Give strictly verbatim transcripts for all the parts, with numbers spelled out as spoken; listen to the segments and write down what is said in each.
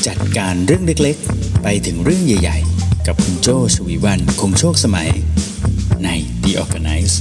จัดการเรื่องเล็กๆไปถึงเรื่องใหญ่ๆกับคุณโจชวีวรรณคงโชคสมัยใน The Organize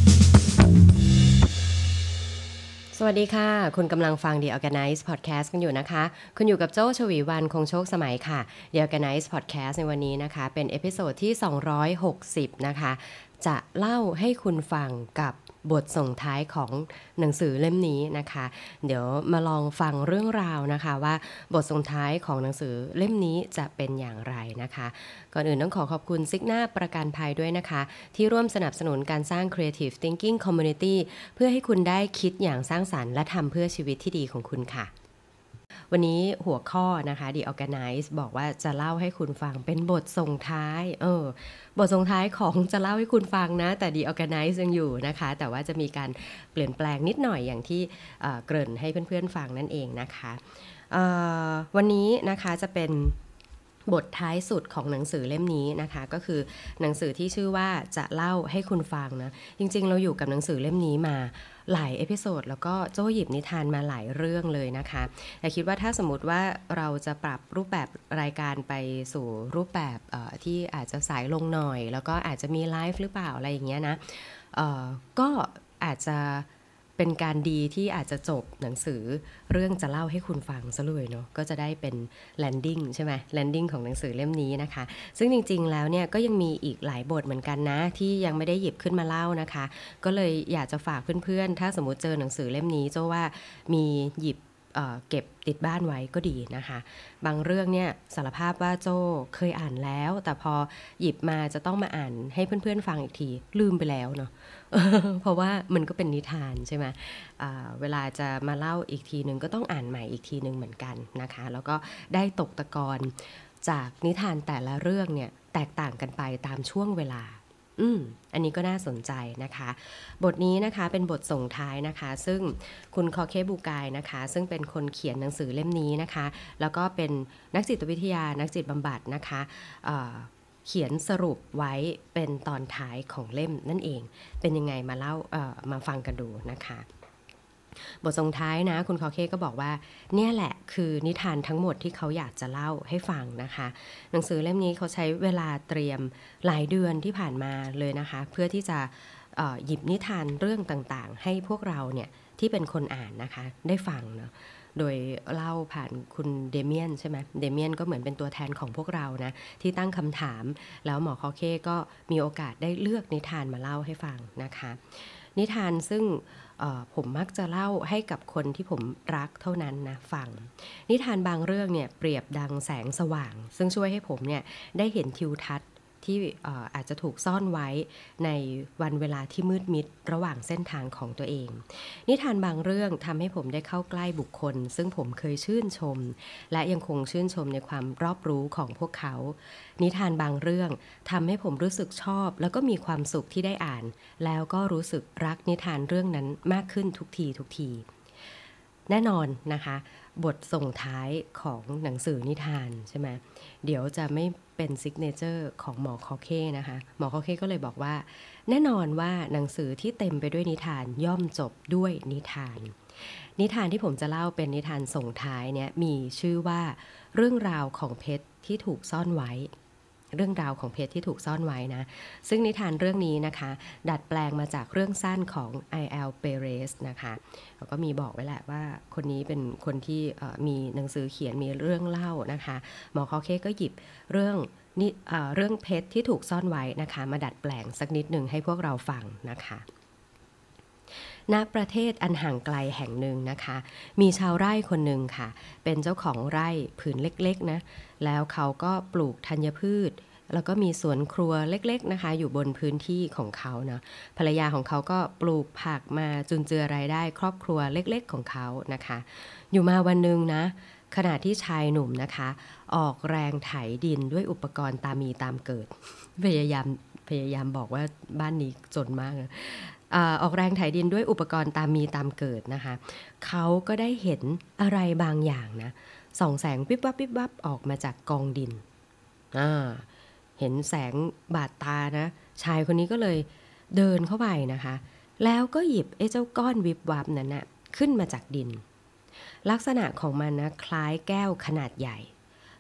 สวัสดีค่ะคุณกำลังฟัง The Organize Podcast กันอยู่นะคะคุณอยู่กับโจ้ชวีวรรณคงโชคสมัยค่ะ The Organize Podcast ในวันนี้นะคะเป็นเอพิโซดที่สองร้อยหกสิบนะคะจะเล่าให้คุณฟังกับบทส่งท้ายของหนังสือเล่มนี้นะคะเดี๋ยวมาลองฟังเรื่องราวนะคะว่าบทส่งท้ายของหนังสือเล่มนี้จะเป็นอย่างไรนะคะก่อนอื่นต้องขอขอบคุณซิกนาประกันภัยด้วยนะคะที่ร่วมสนับสนุนการสร้าง Creative Thinking Community เพื่อให้คุณได้คิดอย่างสร้างสรรค์และทำเพื่อชีวิตที่ดีของคุณค่ะวันนี้หัวข้อนะคะ The Organize บอกว่าจะเล่าให้คุณฟังเป็นบทส่งท้ายเออบทส่งท้ายของจะเล่าให้คุณฟังนะแต่ The Organize ยังอยู่นะคะแต่ว่าจะมีการเปลี่ยนแปลงนิดหน่อยอย่างที่เกริ่นให้เพื่อนๆฟังนั่นเองนะคะวันนี้นะคะจะเป็นบทท้ายสุดของหนังสือเล่มนี้นะคะก็คือหนังสือที่ชื่อว่าจะเล่าให้คุณฟังนะจริงๆเราอยู่กับหนังสือเล่มนี้มาหลายเอพิโซดแล้วก็โจ้หยิบนิทานมาหลายเรื่องเลยนะคะแต่คิดว่าถ้าสมมติว่าเราจะปรับรูปแบบรายการไปสู่รูปแบบที่อาจจะสายลงหน่อยแล้วก็อาจจะมีไลฟ์หรือเปล่าอะไรอย่างเงี้ยนะก็อาจจะเป็นการดีที่อาจจะจบหนังสือเรื่องจะเล่าให้คุณฟังซะเลยเนาะก็จะได้เป็นแลนดิ้งใช่ไหมแลนดิ้งของหนังสือเล่มนี้นะคะซึ่งจริงๆแล้วเนี่ยก็ยังมีอีกหลายบทเหมือนกันนะที่ยังไม่ได้หยิบขึ้นมาเล่านะคะก็เลยอยากจะฝากเพื่อนๆถ้าสมมติเจอหนังสือเล่มนี้เจ้าว่ามีหยิบเอ่อเก็บติดบ้านไว้ก็ดีนะคะบางเรื่องเนี่ยสารภาพว่าโจ้เคยอ่านแล้วแต่พอหยิบมาจะต้องมาอ่านให้เพื่อนๆฟังอีกทีลืมไปแล้วเนาะ เพราะว่ามันก็เป็นนิทานใช่ไหมเวลาจะมาเล่าอีกทีนึงก็ต้องอ่านใหม่อีกทีนึงเหมือนกันนะคะแล้วก็ได้ตกตะกอนจากนิทานแต่ละเรื่องเนี่ยแตกต่างกันไปตามช่วงเวลาอืมอันนี้ก็น่าสนใจนะคะบทนี้นะคะเป็นบทส่งท้ายนะคะซึ่งคุณคอเคบูกายนะคะซึ่งเป็นคนเขียนหนังสือเล่มนี้นะคะแล้วก็เป็นนักจิตวิทยานักจิตบำบัดนะคะเอ่อเขียนสรุปไว้เป็นตอนท้ายของเล่มนั่นเองเป็นยังไงมาเล่าเอ่อมาฟังกันดูนะคะบทส่งท้ายนะคุณคอเคก็บอกว่าเนี่ยแหละคือนิทานทั้งหมดที่เขาอยากจะเล่าให้ฟังนะคะหนังสือเล่มนี้เขาใช้เวลาเตรียมหลายเดือนที่ผ่านมาเลยนะคะเพื่อที่จะเอ่อหยิบนิทานเรื่องต่างๆให้พวกเราเนี่ยที่เป็นคนอ่านนะคะได้ฟังเนาะโดยเล่าผ่านคุณเดเมียนใช่ไหมเดเมียนก็เหมือนเป็นตัวแทนของพวกเรานะที่ตั้งคำถามแล้วหมอคอเคก็มีโอกาสได้เลือกนิทานมาเล่าให้ฟังนะคะนิทานซึ่งผมมักจะเล่าให้กับคนที่ผมรักเท่านั้นนะฟังนิทานบางเรื่องเนี่ยเปรียบดังแสงสว่างซึ่งช่วยให้ผมเนี่ยได้เห็นทิวทัศน์ที่อาจจะถูกซ่อนไว้ในวันเวลาที่มืดมิดระหว่างเส้นทางของตัวเองนิทานบางเรื่องทำให้ผมได้เข้าใกล้บุคคลซึ่งผมเคยชื่นชมและยังคงชื่นชมในความรอบรู้ของพวกเขานิทานบางเรื่องทำให้ผมรู้สึกชอบแล้วก็มีความสุขที่ได้อ่านแล้วก็รู้สึกรักนิทานเรื่องนั้นมากขึ้นทุกทีทุกทีแน่นอนนะคะบทส่งท้ายของหนังสือนิทานใช่ไหมเดี๋ยวจะไม่เป็นซิกเนเจอร์ของหมอคอเคนะคะหมอคอเคก็เลยบอกว่าแน่นอนว่าหนังสือที่เต็มไปด้วยนิทานย่อมจบด้วยนิทานนิทานที่ผมจะเล่าเป็นนิทานส่งท้ายเนี่ยมีชื่อว่าเรื่องราวของเพชรที่ถูกซ่อนไว้เรื่องราวของเพชรที่ถูกซ่อนไว้นะซึ่งนิทานเรื่องนี้นะคะดัดแปลงมาจากเรื่องสั้นของ ไอ แอล Perez นะคะแล้วก็มีบอกไว้แหละว่าคนนี้เป็นคนที่มีหนังสือเขียนมีเรื่องเล่านะคะหมอคอเคก็หยิบเรื่องนี่เรื่องเพชรที่ถูกซ่อนไว้นะคะมาดัดแปลงสักนิดหนึ่งให้พวกเราฟังนะคะณประเทศอันห่างไกลแห่งหนึ่งนะคะมีชาวไร่คนหนึ่งค่ะเป็นเจ้าของไร่ผืนเล็กๆนะแล้วเขาก็ปลูกธัญพืชแล้วก็มีสวนครัวเล็กๆนะคะอยู่บนพื้นที่ของเขาเนาะภรรยาของเขาก็ปลูกผักมาจุนเจือรายได้ครอบครัวเล็กๆของเขานะคะอยู่มาวันหนึ่งนะขณะที่ชายหนุ่มนะคะออกแรงไถดินด้วยอุปกรณ์ตามมีตามเกิดพยายามพยายามบอกว่าบ้านนี้จนมากออกแรงไถดินด้วยอุปกรณ์ตามมีตามเกิดนะคะเขาก็ได้เห็นอะไรบางอย่างนะส่องแสงปิ๊บวับปิ๊บวับออกมาจากกองดินอ่าเห็นแสงบาดตานะชายคนนี้ก็เลยเดินเข้าไปนะคะแล้วก็หยิบไอ้เจ้าก้อนวิบวับนั้นนะขึ้นมาจากดินลักษณะของมันนะคล้ายแก้วขนาดใหญ่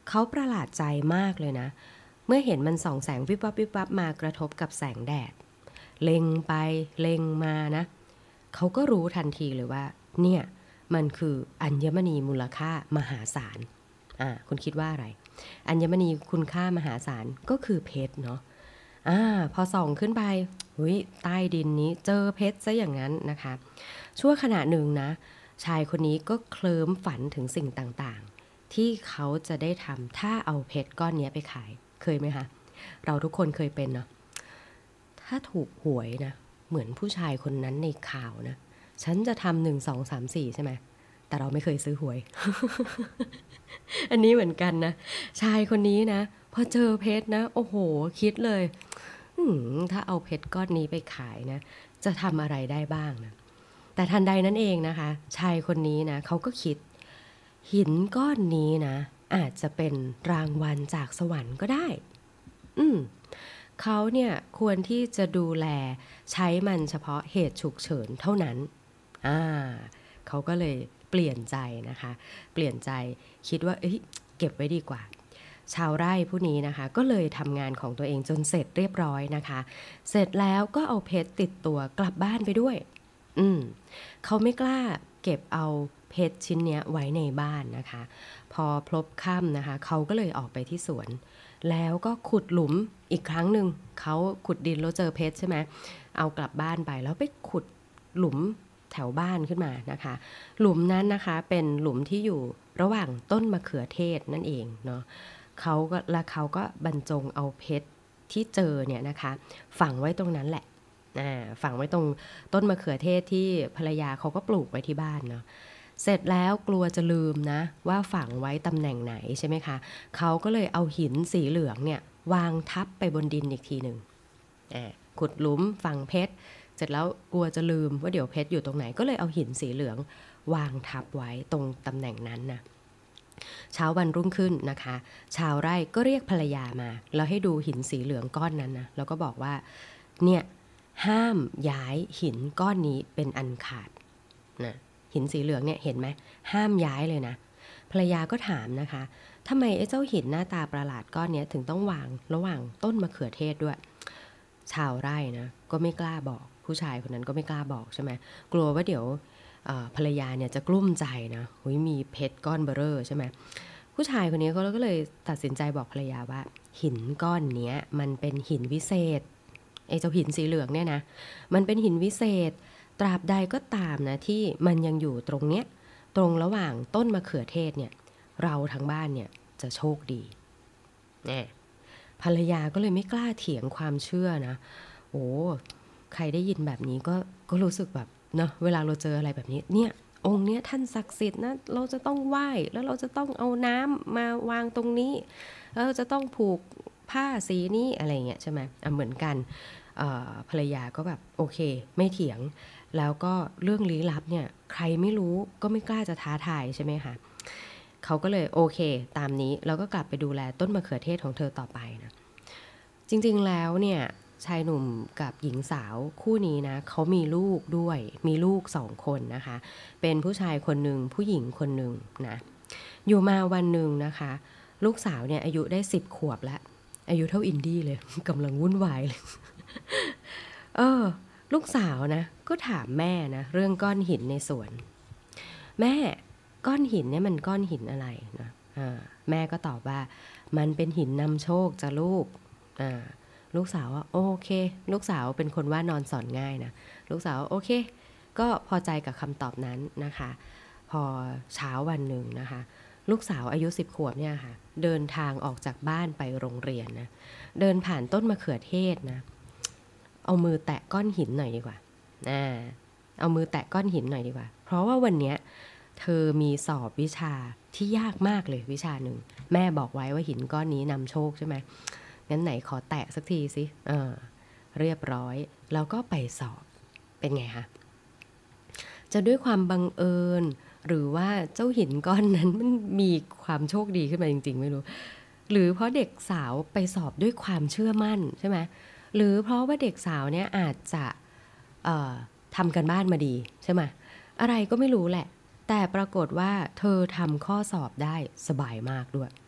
เขาประหลาดใจมากเลยนะเมื่อเห็นมันส่องแสงวิบวับวิบวับมากระทบกับแสงแดดเล็งไปเล็งมานะเขาก็รู้ทันทีเลยว่าเนี่ยมันคืออัญมณีมูลค่ามหาศาลอ่าคุณคิดว่าอะไรอัญมณีคุณค่ามหาศาลก็คือเพชรเนาะอ่าพอส่องขึ้นไปหุยใต้ดินนี้เจอเพชรซะอย่างนั้นนะคะชั่วขณะหนึ่งนะชายคนนี้ก็เคลิ้มฝันถึงสิ่งต่างๆที่เขาจะได้ทำถ้าเอาเพชรก้อนนี้ไปขายเคยไหมคะเราทุกคนเคยเป็นเนาะถ้าถูกหวยนะเหมือนผู้ชายคนนั้นในข่าวนะฉันจะทำหนึ่งสองสามสี่ใช่ไหมแต่เราไม่เคยซื้อหวย อันนี้เหมือนกันนะชายคนนี้นะพอเจอเพชรนะโอ้โหคิดเลยถ้าเอาเพชรก้อนนี้ไปขายนะจะทำอะไรได้บ้างนะแต่ทันใดนั้นเองนะคะชายคนนี้นะเขาก็คิดหินก้อนนี้นะอาจจะเป็นรางวัลจากสวรรค์ก็ได้อืมเขาเนี่ยควรที่จะดูแลใช้มันเฉพาะเหตุฉุกเฉินเท่านั้นอ่าเขาก็เลยเปลี่ยนใจนะคะเปลี่ยนใจคิดว่าเอ้ยเก็บไว้ดีกว่าชาวไร่ผู้นี้นะคะก็เลยทำงานของตัวเองจนเสร็จเรียบร้อยนะคะเสร็จแล้วก็เอาเพชรติดตัวกลับบ้านไปด้วยอืมเขาไม่กล้าเก็บเอาเพชรชิ้นเนี้ยไว้ในบ้านนะคะพอพลบค่ำนะคะเขาก็เลยออกไปที่สวนแล้วก็ขุดหลุมอีกครั้งหนึ่งเขาขุดดินแล้วเจอเพชรใช่ไหมเอากลับบ้านไปแล้วไปขุดหลุมแถวบ้านขึ้นมานะคะหลุมนั้นนะคะเป็นหลุมที่อยู่ระหว่างต้นมะเขือเทศนั่นเองเนาะเขาก็และเขาก็บรรจงเอาเพชรที่เจอเนี่ยนะคะฝังไว้ตรงนั้นแหละฝังไว้ตรงต้นมะเขือเทศที่ภรรยาเขาก็ปลูกไว้ที่บ้านเนาะเสร็จแล้วกลัวจะลืมนะว่าฝังไว้ตำแหน่งไหนใช่ไหมคะเขาก็เลยเอาหินสีเหลืองเนี่ยวางทับไปบนดินอีกทีหนึ่งขุดหลุมฝังเพชรเสร็จแล้วกลัวจะลืมว่าเดี๋ยวเพชรอยู่ตรงไหนก็เลยเอาหินสีเหลืองวางทับไว้ตรงตำแหน่งนั้นนะเช้าวันรุ่งขึ้นนะคะชาวไร่ก็เรียกภรรยามาแล้วให้ดูหินสีเหลืองก้อนนั้นนะแล้วก็บอกว่าเนี่ยห้ามย้ายหินก้อนนี้เป็นอันขาดนะหินสีเหลืองเนี่ยเห็นไหมห้ามย้ายเลยนะภรรยาก็ถามนะคะทำไมไอ้เจ้าหินหน้าตาประหลาดก้อนนี้ถึงต้องวางระหว่างต้นมะเขือเทศด้วยชาวไร่นะก็ไม่กล้าบอกผู้ชายคนนั้นก็ไม่กล้าบอกใช่ไหมกลัวว่าเดี๋ยวภรรยาเนี่ยจะกลุ้มใจนะหุยมีเพชรก้อนเบอเร่อใช่ไหมผู้ชายคนนี้เขาก็เลยตัดสินใจบอกภรรยาว่าหินก้อนนี้มันเป็นหินวิเศษไอ้เจ้าหินสีเหลืองเนี่ยนะมันเป็นหินวิเศษตราบใดก็ตามนะที่มันยังอยู่ตรงเนี้ยตรงระหว่างต้นมะเขือเทศเนี่ยเราทั้งบ้านเนี่ยจะโชคดีแน่ภรรยาก็เลยไม่กล้าเถียงความเชื่อนะโอ้ใครได้ยินแบบนี้ก็ก็รู้สึกแบบเนาะเวลาเราเจออะไรแบบนี้เนี่ยองค์เนี้ยท่านศักดิ์สิทธิ์นะเราจะต้องไหว้แล้วเราจะต้องเอาน้ำมาวางตรงนี้แล้วเราจะต้องผูกผ้าสีนี้อะไรเงี้ยใช่ไหมอ่ะเหมือนกันภรรยาก็แบบโอเคไม่เถียงแล้วก็เรื่องลี้ลับเนี่ยใครไม่รู้ก็ไม่กล้าจะท้าทายใช่ไหมคะเขาก็เลยโอเคตามนี้แล้วก็กลับไปดูแลต้นมะเขือเทศของเธอต่อไปนะจริงๆแล้วเนี่ยชายหนุ่มกับหญิงสาวคู่นี้นะเขามีลูกด้วยมีลูกสองคนนะคะเป็นผู้ชายคนหนึ่งผู้หญิงคนหนึ่งนะอยู่มาวันหนึ่งนะคะลูกสาวเนี่ยอายุได้สิบขวบแล้วอายุเท่าอินดี้เลยกำลังวุ่นวายเลยเออลูกสาวนะก็ถามแม่นะเรื่องก้อนหินในสวนแม่ก้อนหินเนี่ยมันก้อนหินอะไรนะแม่ก็ตอบว่ามันเป็นหินนำโชคจ้ะลูกลูกสาวว่าโอเคลูกสาวเป็นคนว่านอนสอนง่ายนะลูกสาวโอเคก็พอใจกับคำตอบนั้นนะคะพอเช้าวันหนึ่งนะคะลูกสาวอายุสิบขวบเนี่ยค่ะเดินทางออกจากบ้านไปโรงเรียนนะเดินผ่านต้นมะเขือเทศนะเอามือแตะก้อนหินหน่อยดีกว่าอ่าเอามือแตะก้อนหินหน่อยดีกว่าเพราะว่าวันเนี้ยเธอมีสอบวิชาที่ยากมากเลยวิชาหนึ่งแม่บอกไว้ว่าหินก้อนนี้นำโชคใช่ไหมงั้นไหนขอแตะสักทีสิเออเรียบร้อยแล้วก็ไปสอบเป็นไงคะจะด้วยความบังเอิญหรือว่าเจ้าหินก้อนนั้นมันมีความโชคดีขึ้นมาจริงๆไม่รู้หรือเพราะเด็กสาวไปสอบด้วยความเชื่อมั่นใช่ไหมหรือเพราะว่าเด็กสาวเนี่ยอาจจะเอ่อทำกันบ้านมาดีใช่ไหมอะไรก็ไม่รู้แหละแต่ปรากฏว่าเธอทำข้อสอบได้สบายมากด้วย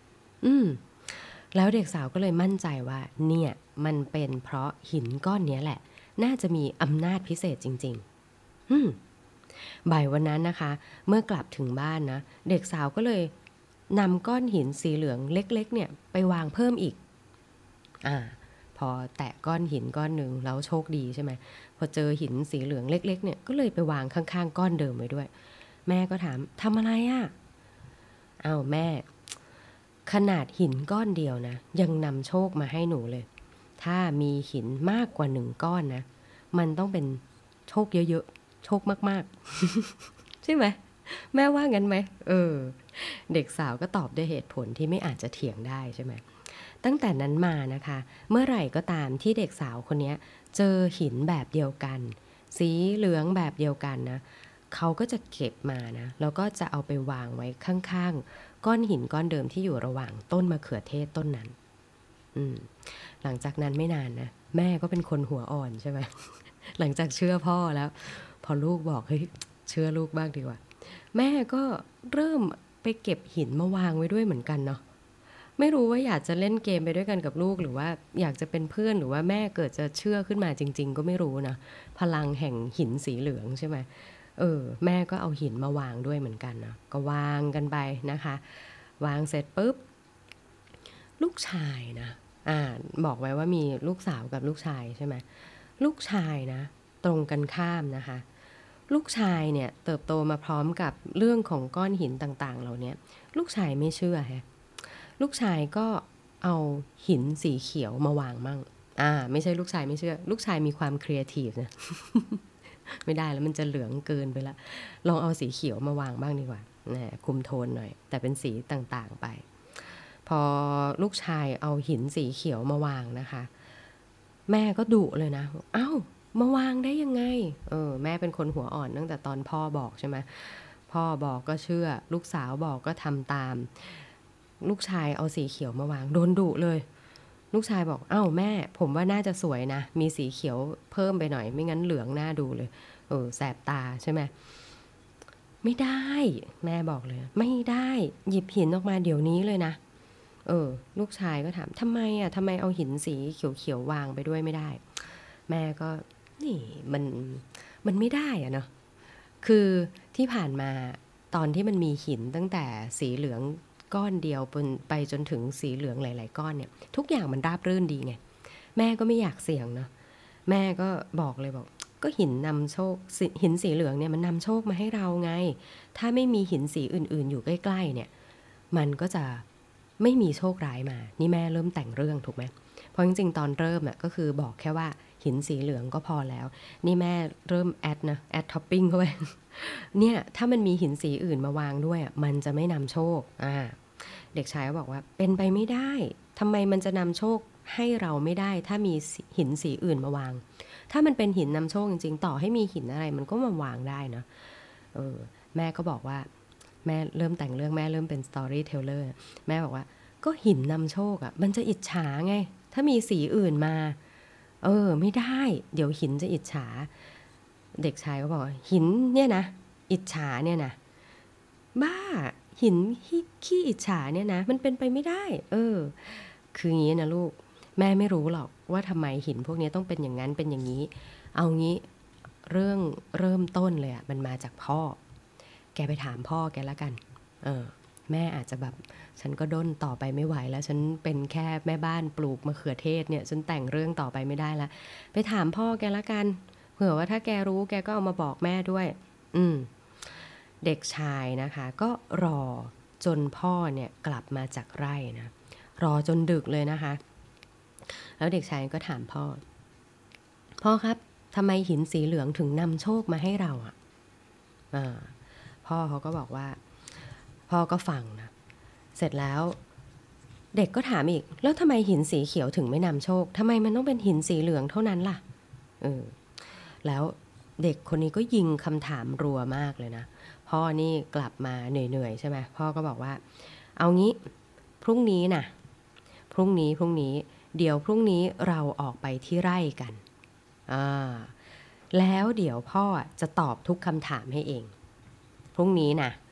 อืมแล้วเด็กสาวก็เลยมั่นใจว่าเนี่ยมันเป็นเพราะหินก้อนนี้แหละน่าจะมีอำนาจพิเศษจริงๆอืมบ่ายวันนั้นนะคะเมื่อกลับถึงบ้านนะเด็กสาวก็เลยนำก้อนหินสีเหลืองเล็กๆเนี่ยไปวางเพิ่มอีกอ่าพอแตะก้อนหินก้อนหนึ่งแล้วโชคดีใช่ไหมพอเจอหินสีเหลืองเล็กๆเนี่ยก็เลยไปวางข้างๆก้อนเดิมไว้ด้วยแม่ก็ถามทำอะไรอ่ะอ้าวแม่ขนาดหินก้อนเดียวนะยังนำโชคมาให้หนูเลยถ้ามีหินมากกว่าหนึ่งก้อนนะมันต้องเป็นโชคเยอะๆโชคมากๆ ใช่ไหมแม่ว่างั้นไหมเออเด็กสาวก็ตอบด้วยเหตุผลที่ไม่อาจจะเถียงได้ใช่ไหมตั้งแต่นั้นมานะคะเมื่อไหร่ก็ตามที่เด็กสาวคนนี้เจอหินแบบเดียวกันสีเหลืองแบบเดียวกันนะเขาก็จะเก็บมานะแล้วก็จะเอาไปวางไว้ข้างๆก้อนหินก้อนเดิมที่อยู่ระหว่างต้นมะเขือเทศต้นนั้นอืมหลังจากนั้นไม่นานนะแม่ก็เป็นคนหัวอ่อนใช่ไหม หลังจากเชื่อพ่อแล้วพอลูกบอกเฮ้ยเชื่อลูกบ้างดีกว่าแม่ก็เริ่มไปเก็บหินมาวางไว้ด้วยเหมือนกันเนาะไม่รู้ว่าอยากจะเล่นเกมไปด้วยกันกับลูกหรือว่าอยากจะเป็นเพื่อนหรือว่าแม่เกิดจะเชื่อขึ้นมาจริงๆก็ไม่รู้นะพลังแห่งหินสีเหลืองใช่ไหมเออแม่ก็เอาหินมาวางด้วยเหมือนกันนะก็วางกันไปนะคะวางเสร็จปุ๊บลูกชายนะอ่าบอกไว้ว่ามีลูกสาวกับลูกชายใช่ไหมลูกชายนะตรงกันข้ามนะคะลูกชายเนี่ยเติบโตมาพร้อมกับเรื่องของก้อนหินต่างๆเหล่านี้ลูกชายไม่เชื่อฮะลูกชายก็เอาหินสีเขียวมาวางมั่งอ่าไม่ใช่ลูกชายไม่เชื่อลูกชายมีความครีเอทีฟนะ ไม่ได้แล้วมันจะเหลืองเกินไปละลองเอาสีเขียวมาวางบ้างดีกว่านะคุมโทนหน่อยแต่เป็นสีต่างๆไปพอลูกชายเอาหินสีเขียวมาวางนะคะแม่ก็ดุเลยนะเอ้ามาวางได้ยังไงเออแม่เป็นคนหัวอ่อนตั้งแต่ตอนพ่อบอกใช่ไหมพ่อบอกก็เชื่อลูกสาวบอกก็ทำตามลูกชายเอาสีเขียวมาวางโดนดุเลยลูกชายบอกเอ้าแม่ผมว่าน่าจะสวยนะมีสีเขียวเพิ่มไปหน่อยไม่งั้นเหลืองน่าดูเลยเออแสบตาใช่ไหมไม่ได้แม่บอกเลยไม่ได้หยิบหินออกมาเดี๋ยวนี้เลยนะเออลูกชายก็ถามทำไมอ่ะทำไมเอาหินสีเขียวๆวางไปด้วยไม่ได้แม่ก็นี่มันมันไม่ได้อะเนาะคือที่ผ่านมาตอนที่มันมีหินตั้งแต่สีเหลืองก้อนเดียวไปจนถึงสีเหลืองหลายๆก้อนเนี่ยทุกอย่างมันราบรื่นดีไงแม่ก็ไม่อยากเสี่ยงเนาะแม่ก็บอกเลยบอกก็หินนำโชคหินสีเหลืองเนี่ยมันนำโชคมาให้เราไงถ้าไม่มีหินสีอื่นๆอยู่ใกล้ๆเนี่ยมันก็จะไม่มีโชคร้ายมานี่แม่เริ่มแต่งเรื่องถูกไหมเพราะจริงๆตอนเริ่มอ่ะก็คือบอกแค่ว่าหินสีเหลืองก็พอแล้วนี่แม่เริ่มแอดนะแอดท็อปปิ้งเข้าไปเนี่ยถ้ามันมีหินสีอื่นมาวางด้วยอ่ะมันจะไม่นำโชคอ่าเด็กชายก็บอกว่าเป็นไปไม่ได้ทำไมมันจะนำโชคให้เราไม่ได้ถ้ามีหินสีอื่นมาวางถ้ามันเป็นหินนำโชคจริงๆต่อให้มีหินอะไรมันก็มาวางได้เนาะเออแม่ก็บอกว่าแม่เริ่มแต่งเรื่องแม่เริ่มเป็นสตอรี่เทลเลอร์แม่บอกว่าก็หินนำโชคอ่ะมันจะอิจฉาไงถ้ามีสีอื่นมาเออไม่ได้เดี๋ยวหินจะอิจฉาเด็กชายก็บอกหินเนี่ยนะอิจฉาเนี่ยนะบ้าหินขี้อิจฉาเนี่ยนะมันเป็นไปไม่ได้เออคืออย่างนี้นะลูกแม่ไม่รู้หรอกว่าทำไมหินพวกนี้ต้องเป็นอย่างนั้นเป็นอย่างนี้เอางี้เรื่องเริ่มต้นเลยอะมันมาจากพ่อแกไปถามพ่อแกแล้วกันเออแม่อาจจะแบบฉันก็ด้นต่อไปไม่ไหวแล้วฉันเป็นแค่แม่บ้านปลูกมะเขือเทศเนี่ยฉันแต่งเรื่องต่อไปไม่ได้ละไปถามพ่อแกแล้วกันเผื่อว่าถ้าแกรู้แกก็เอามาบอกแม่ด้วยอืมเด็กชายนะคะก็รอจนพ่อเนี่ยกลับมาจากไร่นะรอจนดึกเลยนะคะแล้วเด็กชายก็ถามพ่อพ่อครับทำไมหินสีเหลืองถึงนำโชคมาให้เราอ่ะอ่าพ่อเขาก็บอกว่าพ่อก็ฟังนะเสร็จแล้วเด็กก็ถามอีกแล้วทำไมหินสีเขียวถึงไม่นำโชคทำไมมันต้องเป็นหินสีเหลืองเท่านั้นล่ะเออแล้วเด็กคนนี้ก็ยิงคำถามรัวมากเลยนะพ่อนี่กลับมาเหนื่อยๆใช่ไหมพ่อก็บอกว่าเอางี้พรุ่งนี้นะพรุ่งนี้พรุ่งนี้เดี๋ยวพรุ่งนี้เราออกไปที่ไร่กันอ่าแล้วเดี๋ยวพ่อจะตอบทุกคำถามให้เองพรุ่งนี้นะค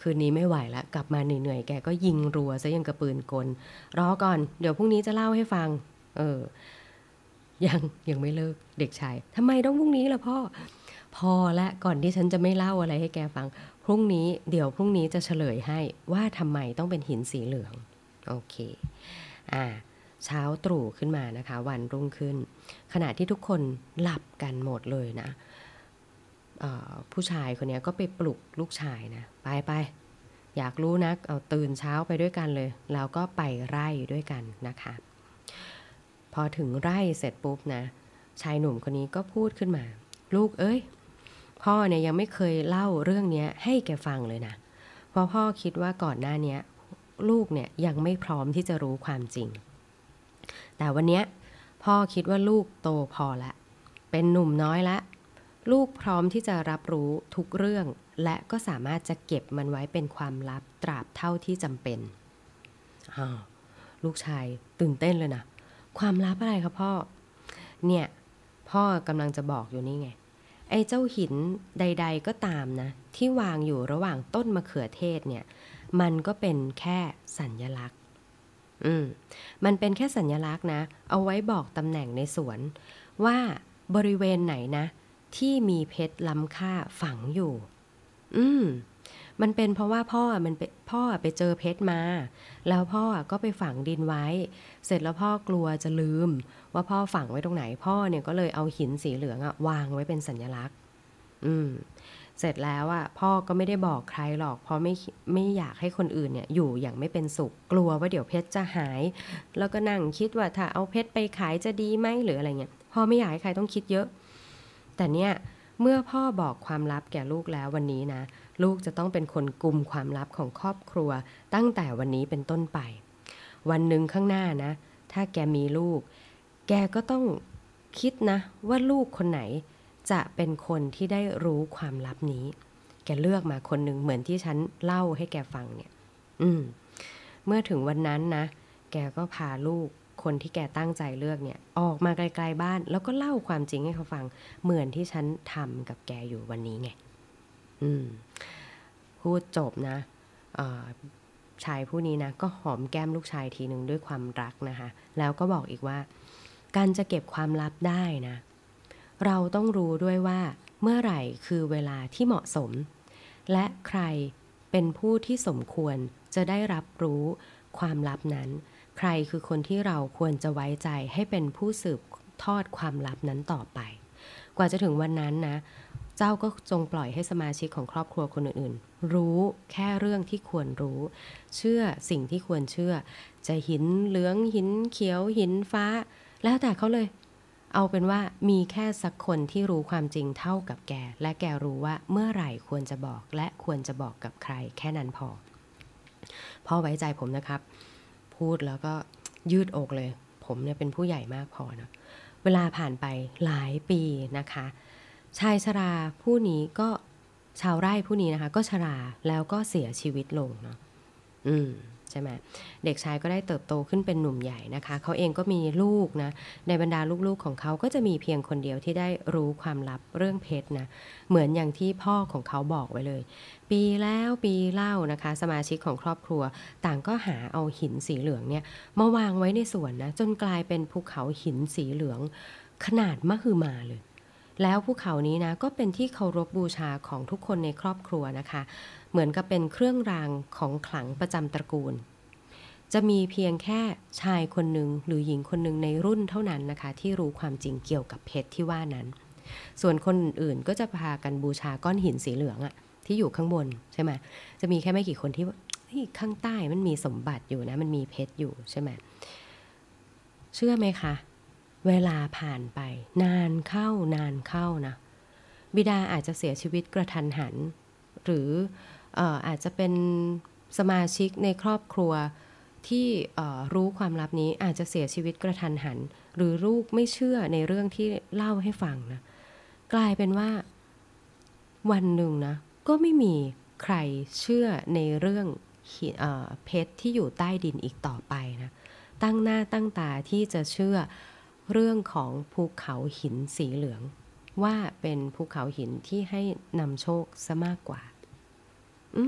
คืนนี้ไม่ไหวแล้วกลับมาเหนื่อยๆแกก็ยิงรัวซะยังกระปืนกลรอก่อนเดี๋ยวพรุ่งนี้จะเล่าให้ฟังเออยังยังไม่เลิกเด็กชายทำไมต้องพรุ่งนี้ล่ะพ่อพอและก่อนที่ฉันจะไม่เล่าอะไรให้แกฟังพรุ่งนี้เดี๋ยวพรุ่งนี้จะเฉลยให้ว่าทำไมต้องเป็นหินสีเหลืองโอเคอ่าเช้าตรู่ขึ้นมานะคะวันรุ่งขึ้นขณะที่ทุกคนหลับกันหมดเลยนะผู้ชายคนนี้ก็ไปปลุกลูกชายนะไปไปอยากรู้นักเอาตื่นเช้าไปด้วยกันเลยแล้วก็ไปไร่ด้วยกันนะคะพอถึงไร่เสร็จปุ๊บนะชายหนุ่มคนนี้ก็พูดขึ้นมาลูกเอ้ยพ่อเนี่ยยังไม่เคยเล่าเรื่องนี้ให้แกฟังเลยนะเพราะพ่อคิดว่าก่อนหน้านี้ลูกเนี่ยยังไม่พร้อมที่จะรู้ความจริงแต่วันนี้พ่อคิดว่าลูกโตพอละเป็นหนุ่มน้อยละลูกพร้อมที่จะรับรู้ทุกเรื่องและก็สามารถจะเก็บมันไว้เป็นความลับตราบเท่าที่จำเป็นอ้าวลูกชายตื่นเต้นเลยนะความลับอะไรครับพ่อเนี่ยพ่อกำลังจะบอกอยู่นี่ไงไอ้เจ้าหินใดๆก็ตามนะที่วางอยู่ระหว่างต้นมะเขือเทศเนี่ยมันก็เป็นแค่สัญลักษณ์อืมมันเป็นแค่สัญลักษณ์นะเอาไว้บอกตำแหน่งในสวนว่าบริเวณไหนนะที่มีเพชรล้ำค่าฝังอยู่อืมมันเป็นเพราะว่าพ่อมันเป็นพ่อไปเจอเพชรมาแล้วพ่อก็ไปฝังดินไว้เสร็จแล้วพ่อกลัวจะลืมว่าพ่อฝังไว้ตรงไหนพ่อเนี่ยก็เลยเอาหินสีเหลืองอะวางไว้เป็นสัญลักษณ์อืมเสร็จแล้วอะพ่อก็ไม่ได้บอกใครหรอกเพราะไม่ไม่อยากให้คนอื่นเนี่ยอยู่อย่างไม่เป็นสุขกลัวว่าเดี๋ยวเพชรจะหายแล้วก็นั่งคิดว่าถ้าเอาเพชรไปขายจะดีไหมหรืออะไรเงี้ยพ่อไม่อยากให้ใครต้องคิดเยอะแต่เนี่ยเมื่อพ่อบอกความลับแก่ลูกแล้ววันนี้นะลูกจะต้องเป็นคนกุมความลับของครอบครัวตั้งแต่วันนี้เป็นต้นไปวันหนึ่งข้างหน้านะถ้าแกมีลูกแกก็ต้องคิดนะว่าลูกคนไหนจะเป็นคนที่ได้รู้ความลับนี้แกเลือกมาคนหนึ่งเหมือนที่ฉันเล่าให้แกฟังเนี่ยอืมเมื่อถึงวันนั้นนะแกก็พาลูกคนที่แกตั้งใจเลือกเนี่ยออกมาไกลๆบ้านแล้วก็เล่าความจริงให้เขาฟังเหมือนที่ฉันทำกับแกอยู่วันนี้ไงอืมพูดจบนะชายผู้นี้นะก็หอมแก้มลูกชายทีหนึ่งด้วยความรักนะคะแล้วก็บอกอีกว่าการจะเก็บความลับได้นะเราต้องรู้ด้วยว่าเมื่อไหร่คือเวลาที่เหมาะสมและใครเป็นผู้ที่สมควรจะได้รับรู้ความลับนั้นใครคือคนที่เราควรจะไว้ใจให้เป็นผู้สืบทอดความลับนั้นต่อไปกว่าจะถึงวันนั้นนะเจ้าก็จงปล่อยให้สมาชิกของครอบครัวคนอื่นๆรู้แค่เรื่องที่ควรรู้เชื่อสิ่งที่ควรเชื่อจะหินเหลืองหินเขียวหินฟ้าแล้วแต่เขาเลยเอาเป็นว่ามีแค่สักคนที่รู้ความจริงเท่ากับแกและแกรู้ว่าเมื่อไหร่ควรจะบอกและควรจะบอกกับใครแค่นั้นพอพ่อไว้ใจผมนะครับพูดแล้วก็ยืดอกเลยผมเนี่ยเป็นผู้ใหญ่มากพอนะเวลาผ่านไปหลายปีนะคะชายชราผู้นี้ก็ชาวไร่ผู้นี้นะคะก็ชราแล้วก็เสียชีวิตลงเนาะอืมใช่ไหมเด็กชายก็ได้เติบโตขึ้นเป็นหนุ่มใหญ่นะคะเขาเองก็มีลูกนะในบรรดาลูกๆของเขาก็จะมีเพียงคนเดียวที่ได้รู้ความลับเรื่องเพชรนะเหมือนอย่างที่พ่อของเขาบอกไว้เลยปีแล้วปีเล่านะคะสมาชิกของครอบครัวต่างก็หาเอาหินสีเหลืองเนี่ยมาวางไว้ในสวนนะจนกลายเป็นภูเขาหินสีเหลืองขนาดมหึมาเลยแล้วภูเขานี้นะก็เป็นที่เคารพบูชาของทุกคนในครอบครัวนะคะเหมือนกับเป็นเครื่องรางของขลังประจำตระกูลจะมีเพียงแค่ชายคนหนึ่งหรือหญิงคนหนึ่งในรุ่นเท่านั้นนะคะที่รู้ความจริงเกี่ยวกับเพชรที่ว่านั้นส่วนคนอื่นๆก็จะพากันบูชาก้อนหินสีเหลืองอะที่อยู่ข้างบนใช่ไหมจะมีแค่ไม่กี่คนที่ว่าข้างใต้มันมีสมบัติอยู่นะมันมีเพชรอยู่ใช่ไหมเชื่อไหมคะเวลาผ่านไปนานเข้านานเข้านะบิดาอาจจะเสียชีวิตกระทันหันหรือเอ่ออาจจะเป็นสมาชิกในครอบครัวที่รู้ความลับนี้อาจจะเสียชีวิตกระทันหันหรือลูกไม่เชื่อในเรื่องที่เล่าให้ฟังนะกลายเป็นว่าวันหนึ่งนะก็ไม่มีใครเชื่อในเรื่องเอ่อเพชรที่อยู่ใต้ดินอีกต่อไปนะตั้งหน้าตั้งตาที่จะเชื่อเรื่องของภูเขาหินสีเหลืองว่าเป็นภูเขาหินที่ให้นำโชคซะมากกว่าอืม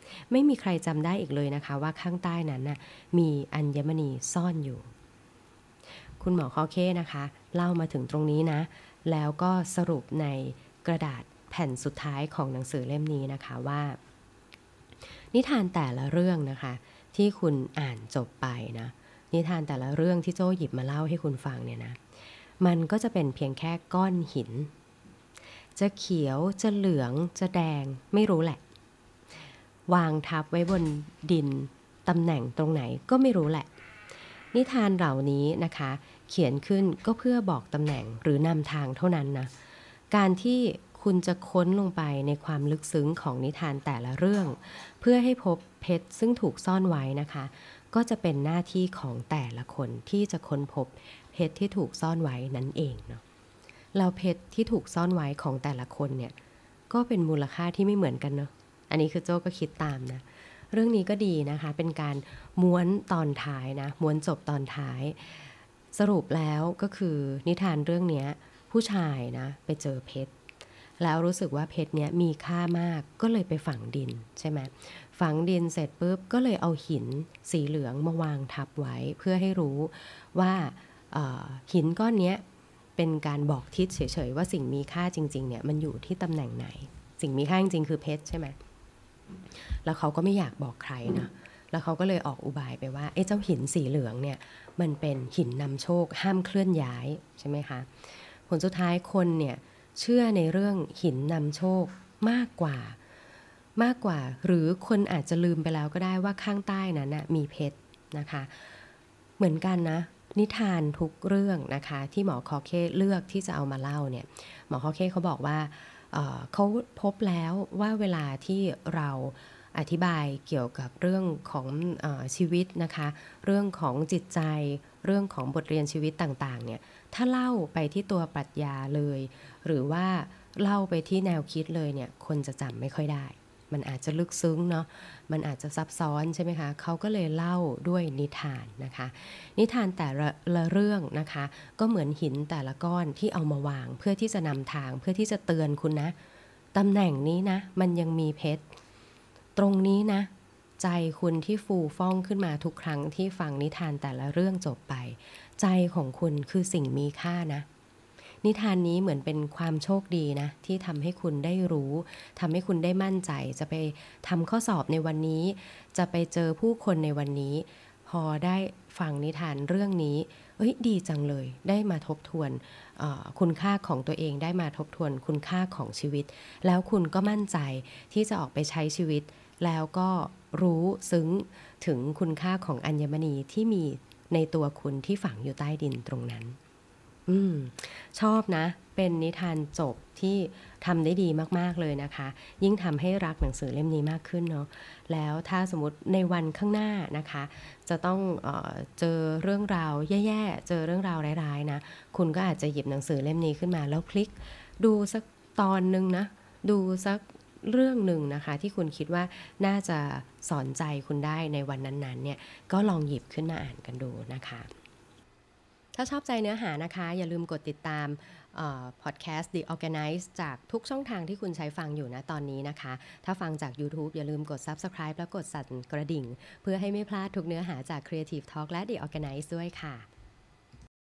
ไม่มีใครจำได้อีกเลยนะคะว่าข้างใต้นั้นน่ะมีอัญมณีซ่อนอยู่คุณหมอคอเคนะคะเล่ามาถึงตรงนี้นะแล้วก็สรุปในกระดาษแผ่นสุดท้ายของหนังสือเล่มนี้นะคะว่านิทานแต่ละเรื่องนะคะที่คุณอ่านจบไปนะนิทานแต่ละเรื่องที่โจ้หยิบมาเล่าให้คุณฟังเนี่ยนะมันก็จะเป็นเพียงแค่ก้อนหินจะเขียวจะเหลืองจะแดงไม่รู้แหละวางทับไว้บนดินตำแหน่งตรงไหนก็ไม่รู้แหละนิทานเหล่านี้นะคะเขียนขึ้นก็เพื่อบอกตำแหน่งหรือนำทางเท่านั้นนะการที่คุณจะค้นลงไปในความลึกซึ้งของนิทานแต่ละเรื่องเพื่อให้พบเพชรซึ่งถูกซ่อนไว้นะคะก็จะเป็นหน้าที่ของแต่ละคนที่จะค้นพบเพชรที่ถูกซ่อนไว้นั่นเองเนาะแล้วเพชรที่ถูกซ่อนไว้ของแต่ละคนเนี่ยก็เป็นมูลค่าที่ไม่เหมือนกันเนาะอันนี้คือโจ้ก็คิดตามนะเรื่องนี้ก็ดีนะคะเป็นการม้วนตอนท้ายนะม้วนจบตอนท้ายสรุปแล้วก็คือนิทานเรื่องนี้ผู้ชายนะไปเจอเพชรแล้วรู้สึกว่าเพชรเนี้ยมีค่ามากก็เลยไปฝังดินใช่ไหมฝังดินเสร็จปุ๊บก็เลยเอาหินสีเหลืองมาวางทับไว้เพื่อให้รู้ว่าหินก้อนนี้เป็นการบอกทิศเฉยๆว่าสิ่งมีค่าจริงๆเนี่ยมันอยู่ที่ตำแหน่งไหนสิ่งมีค่าจริงๆคือเพชรใช่ไหมแล้วเขาก็ไม่อยากบอกใครนะแล้วเขาก็เลยออกอุบายไปว่าไอ้เจ้าหินสีเหลืองเนี่ยมันเป็นหินนำโชคห้ามเคลื่อนย้ายใช่ไหมคะผลสุดท้ายคนเนี่ยเชื่อในเรื่องหินนำโชคมากกว่ามากกว่าหรือคนอาจจะลืมไปแล้วก็ได้ว่าข้างใต้นั้นนะมีเพชรนะคะเหมือนกันนะนิทานทุกเรื่องนะคะที่หมอคอเคเลือกที่จะเอามาเล่าเนี่ยหมอคอเคเขาบอกว่าเอ่อเขาพบแล้วว่าเวลาที่เราอธิบายเกี่ยวกับเรื่องของเอ่อชีวิตนะคะเรื่องของจิตใจเรื่องของบทเรียนชีวิตต่างๆเนี่ยถ้าเล่าไปที่ตัวปรัชญาเลยหรือว่าเล่าไปที่แนวคิดเลยเนี่ยคนจะจำไม่ค่อยได้มันอาจจะลึกซึ้งเนาะมันอาจจะซับซ้อนใช่ไหมคะเขาก็เลยเล่าด้วยนิทานนะคะนิทานแต่ละละเรื่องนะคะก็เหมือนหินแต่ละก้อนที่เอามาวางเพื่อที่จะนำทางเพื่อที่จะเตือนคุณนะตำแหน่งนี้นะมันยังมีเพชรตรงนี้นะใจคุณที่ฟูฟ่องขึ้นมาทุกครั้งที่ฟังนิทานแต่ละเรื่องจบไปใจของคุณคือสิ่งมีค่านะนิทานนี้เหมือนเป็นความโชคดีนะที่ทำให้คุณได้รู้ทำให้คุณได้มั่นใจจะไปทำข้อสอบในวันนี้จะไปเจอผู้คนในวันนี้พอได้ฟังนิทานเรื่องนี้เอ้ยดีจังเลยได้มาทบทวนคุณค่าของตัวเองได้มาทบทวนคุณค่าของชีวิตแล้วคุณก็มั่นใจที่จะออกไปใช้ชีวิตแล้วก็รู้ซึ้งถึงคุณค่าของอัญมณีที่มีในตัวคุณที่ฝังอยู่ใต้ดินตรงนั้นอืมชอบนะเป็นนิทานจบที่ทำได้ดีมากๆเลยนะคะยิ่งทำให้รักหนังสือเล่มนี้มากขึ้นเนาะแล้วถ้าสมมติในวันข้างหน้านะคะจะต้องเอ่อเจอเรื่องราวแย่ๆเจอเรื่องราวร้ายๆนะคุณก็อาจจะหยิบหนังสือเล่มนี้ขึ้นมาแล้วคลิกดูสักตอนนึงนะดูสักเรื่องหนึ่งนะคะที่คุณคิดว่าน่าจะสอนใจคุณได้ในวันนั้นๆเนี่ยก็ลองหยิบขึ้นมาอ่านกันดูนะคะถ้าชอบใจเนื้อหานะคะอย่าลืมกดติดตามพอดแคสต์ The Organize จากทุกช่องทางที่คุณใช้ฟังอยู่นะตอนนี้นะคะถ้าฟังจาก YouTube อย่าลืมกด Subscribe และกดสั่นกระดิ่งเพื่อให้ไม่พลาดทุกเนื้อหาจาก Creative Talk และ The Organize ด้วยค่ะ